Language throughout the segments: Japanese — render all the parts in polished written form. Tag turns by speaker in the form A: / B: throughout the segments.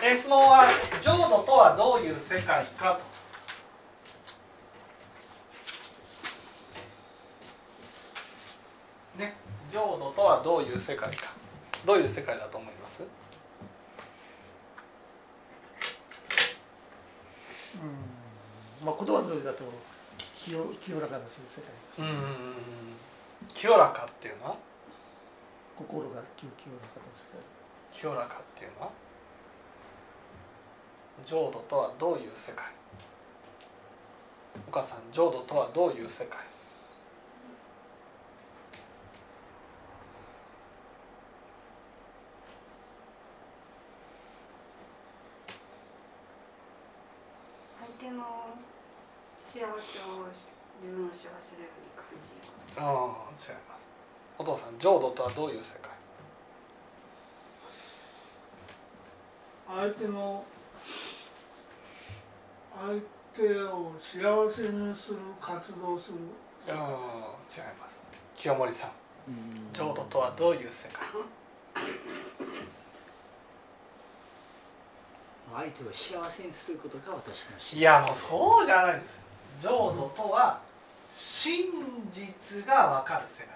A: 質問は浄土とはどういう世界かと。ね、浄土とはどういう世界か。どういう世界だと思います？
B: まあ、言葉の通りだと清らかな世界です。
A: 清らかっていうのは？
B: 心が清らかな世界。
A: 清らかっていうのは？浄土とはどういう世界？お母さん、浄土とはどういう世界？
C: 相手の幸せを自分の幸せのように感じる。
A: 違います。お父さん、浄土とはどういう世界？
D: 相手を幸せにする活動する。
A: 違います。清盛さん、浄土とはどういう世界？
E: 相手を幸せにすることが私の幸せ。
A: いや、もうそうじゃないんですよ。浄土とは真実が分かる世界。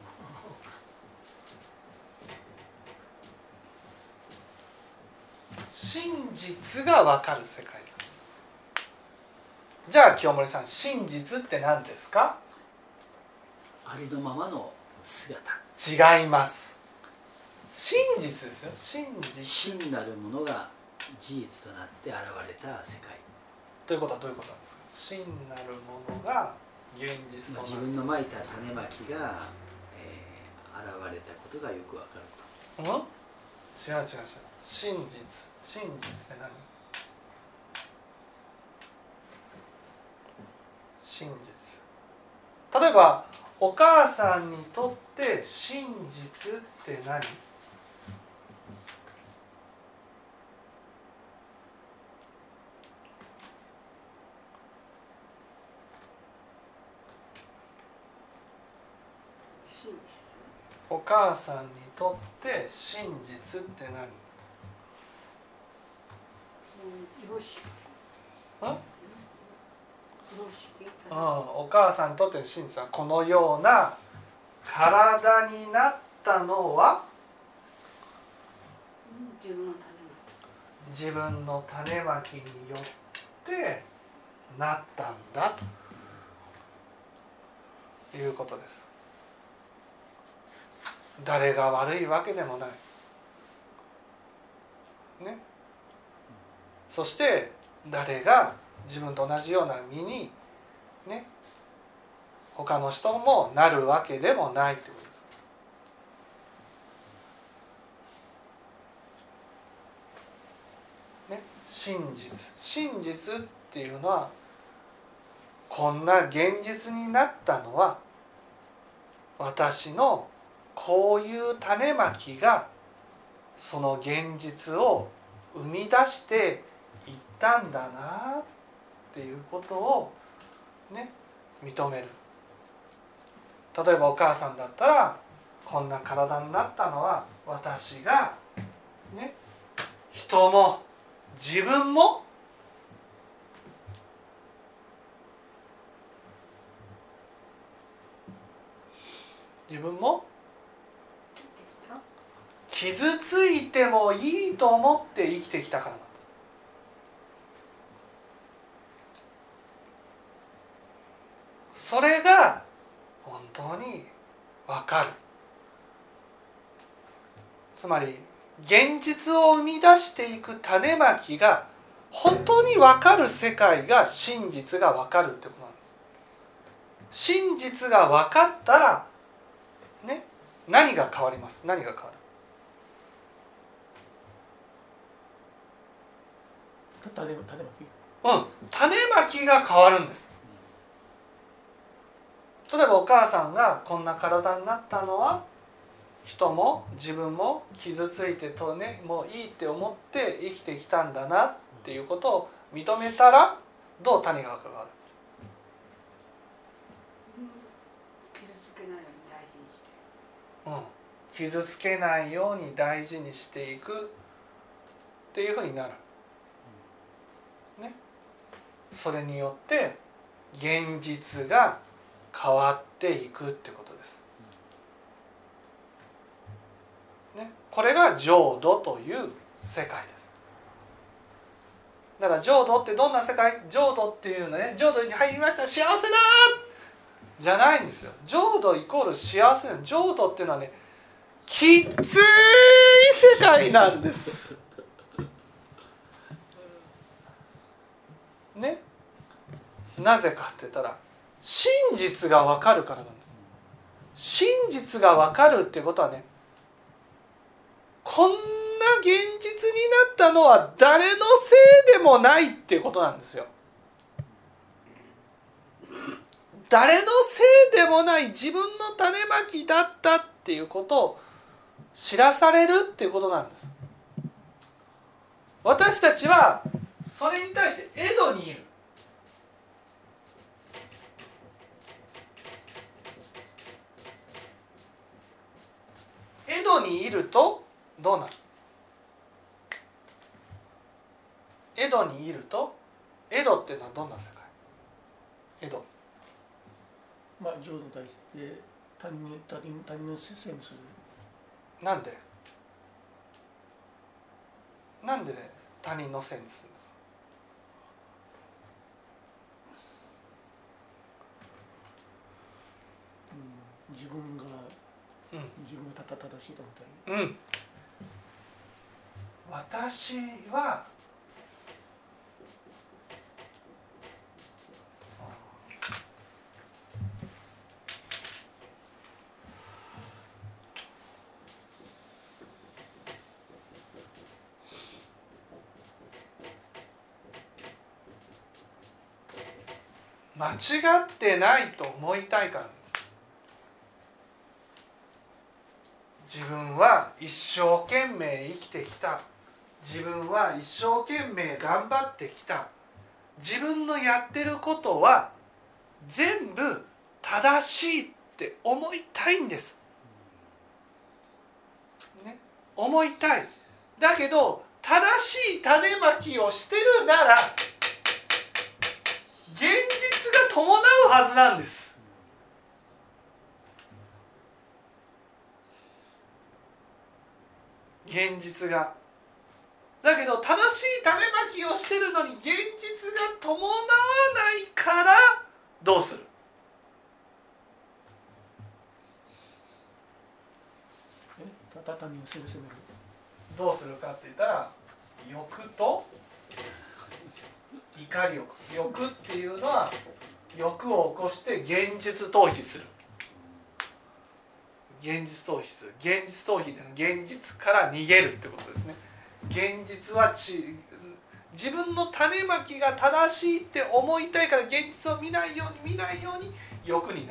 A: 真実が分かる世界なんです。じゃあ清盛さん、真実って何ですか？
E: ありのままの姿。
A: 違います。真実ですよ。真実。
E: 真なるものが事実となって現れた世界。
A: ということはどういうことなんですか？真なるものが現実となる。
E: 自分のまいた種まきが、現れたことがよくわかると。
A: 違う。真実って何？真実。例えばお母さんにとって真実って何？お母さんにとって真実って何？お母さんにとっての真実はこのような体になったのは自分の種まきによってなったんだということです。誰が悪いわけでもないね。そして誰が自分と同じような身にね、他の人もなるわけでもないってことです。ね、真実っていうのはこんな現実になったのは私のこういう種まきがその現実を生み出していったんだなっていうことをね、認める。例えばお母さんだったらこんな体になったのは私がね、人も自分も傷ついてもいいと思って生きてきたからなんです。それが本当に分かる。つまり現実を生み出していく種まきが本当に分かる世界が真実が分かるってことなんです。真実が分かったらね、何が変わります？何が変わる？
B: 種まき。
A: 種まきが変わるんです。例えばお母さんがこんな体になったのは人も自分も傷ついてとね、もういいって思って生きてきたんだなっていうことを認めたらどう種が変わる？傷つけないように大事にしていくっていうふうになる。 それによって現実が変わっていくってことです、ね、これが浄土という世界です。だから浄土ってどんな世界？浄土っていうのはね、浄土に入りました幸せだじゃないんですよ。浄土イコール幸せな。浄土っていうのはね、きつい世界なんですね。なぜかって言ったら真実が分かるからなんです。真実が分かるっていうことはね、こんな現実になったのは誰のせいでもないっていうことなんですよ。誰のせいでもない自分の種まきだったっていうことを知らされるっていうことなんです。私たちはそれに対してエドにいる。エドにいるとどうなる？エドにいると、エドっていうのはどんな世界？エド。
B: まあ浄土に対して他人のせいにする。
A: なんで他人のせいにするんですか？
B: 自分が正しいと思ったり、
A: 私は間違ってないと思いたいからなんです。自分は一生懸命生きてきた。自分は一生懸命頑張ってきた。自分のやってることは全部正しいって思いたいんです、ね、思いたい。だけど正しい種まきをしてるなら現実が伴うはずなんです。現実が。だけど正しい種まきをしてるのに現実が伴わないからどうする？
B: 他人を責める。
A: どうするかって言ったら欲と怒りを。欲っていうのは欲を起こして現実逃避する。現実逃避する。現実逃避っていうのは現実から逃げるってことですね。現実は自分の種まきが正しいって思いたいから現実を見ないように欲に流れていく。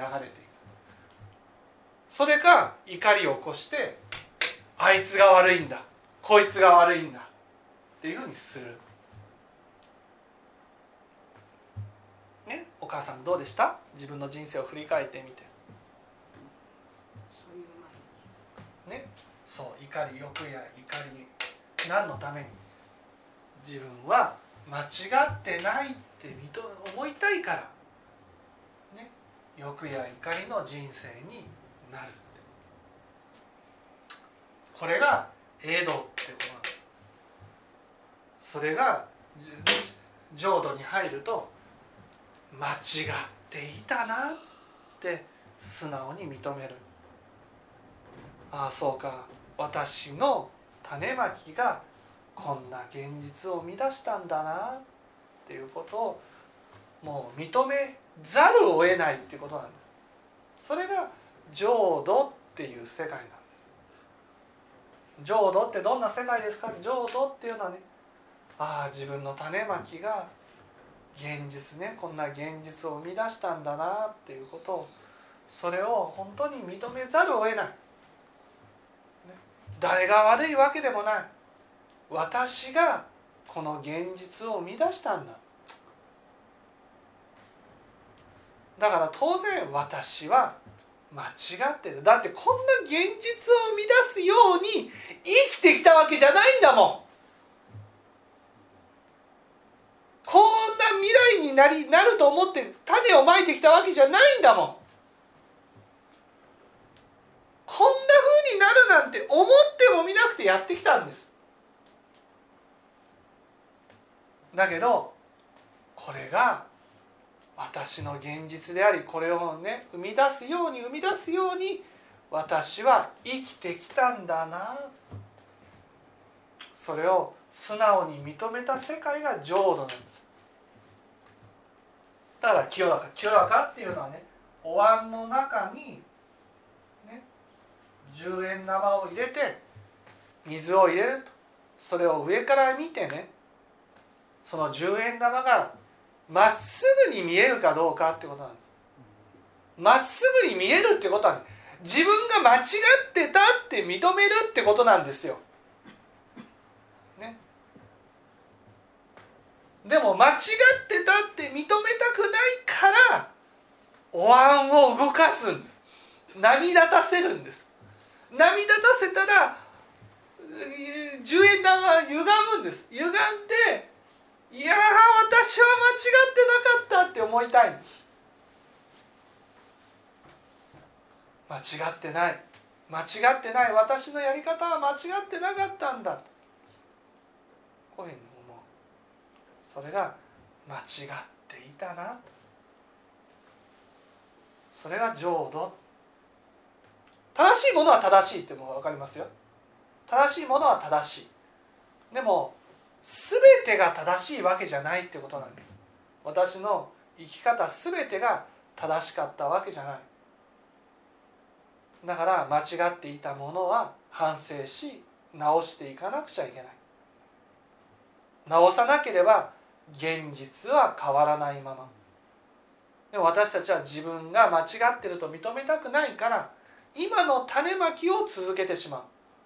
A: それが怒りを起こしてあいつが悪いんだ、こいつが悪いんだっていうふうにする。ね、お母さんどうでした？自分の人生を振り返ってみて。
C: そういう毎日。
A: ね、そう怒り、欲や怒り、何のために？自分は間違ってないって思いたいから、ね、欲や怒りの人生になるって。これがエドってことなんです。それが浄土に入ると間違っていたなって素直に認める。ああそうか、私の種まきがこんな現実を生み出したんだなっていうことをもう認めざるを得ないっていうことなんです。それが浄土っていう世界なんです。浄土ってどんな世界ですか？浄土っていうのはね、ああ自分の種まきが現実ね、こんな現実を生み出したんだなっていうことを、それを本当に認めざるを得ない、ね、誰が悪いわけでもない。私がこの現実を生み出したんだ。だから当然私は間違ってる。だってこんな現実を生み出すように生きてきたわけじゃないんだもん。こんな未来にになると思って種をまいてきたわけじゃないんだもん。こんな風になるなんて思ってもみなくてやってきたんです。だけどこれが私の現実であり、これをね生み出すように私は生きてきたんだな。それを素直に認めた世界が浄土なんです。だから清らかっていうのはね、お椀の中にね10円玉を入れて水を入れると、それを上から見てね、その10円玉がまっすぐに見えるかどうかってことなんです。まっすぐに見えるってことは、ね、自分が間違ってたって認めるってことなんですよ、ね、でも間違ってたって認めたくないからお椀を動かすんです。波立たせるんです。波立たせたら10円玉が歪むんです。歪んで、いやー私は間違ってなかったって思いたいんです。間違ってない私のやり方は間違ってなかったんだ、こういうふうに思う。それが間違っていたな、それが浄土。正しいものは正しいってもう分かりますよ。正しいものは正しい。でも全てが正しいわけじゃないってことなんです。私の生き方全てが正しかったわけじゃない。だから間違っていたものは反省し直していかなくちゃいけない。直さなければ現実は変わらないまま。でも私たちは自分が間違っていると認めたくないから今の種まきを続けてしまう。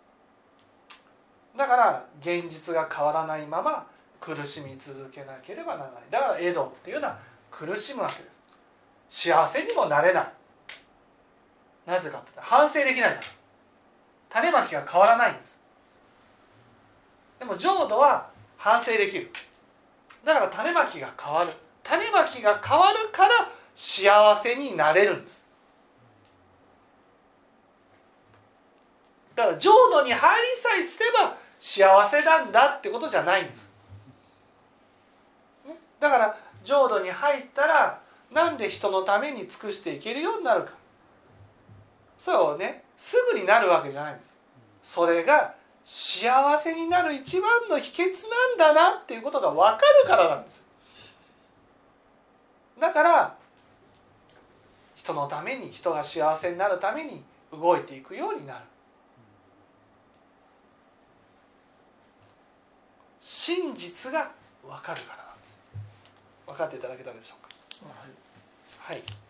A: だから現実が変わらないまま苦しみ続けなければならない。だからエドっていうのは苦しむわけです。幸せにもなれない。なぜかって言ったら反省できないから。種まきが変わらないんです。でも浄土は反省できる。だから種まきが変わる。種まきが変わるから幸せになれるんです。だから浄土に入りさえすれば幸せなんだってことじゃないんです、ね、だから浄土に入ったらなんで人のために尽くしていけるようになるか、それをねすぐになるわけじゃないんです。それが幸せになる一番の秘訣なんだなっていうことが分かるからなんです。だから人のために、人が幸せになるために動いていくようになる。真実が分かるからなんです。分かっていただけたでしょうか。はい。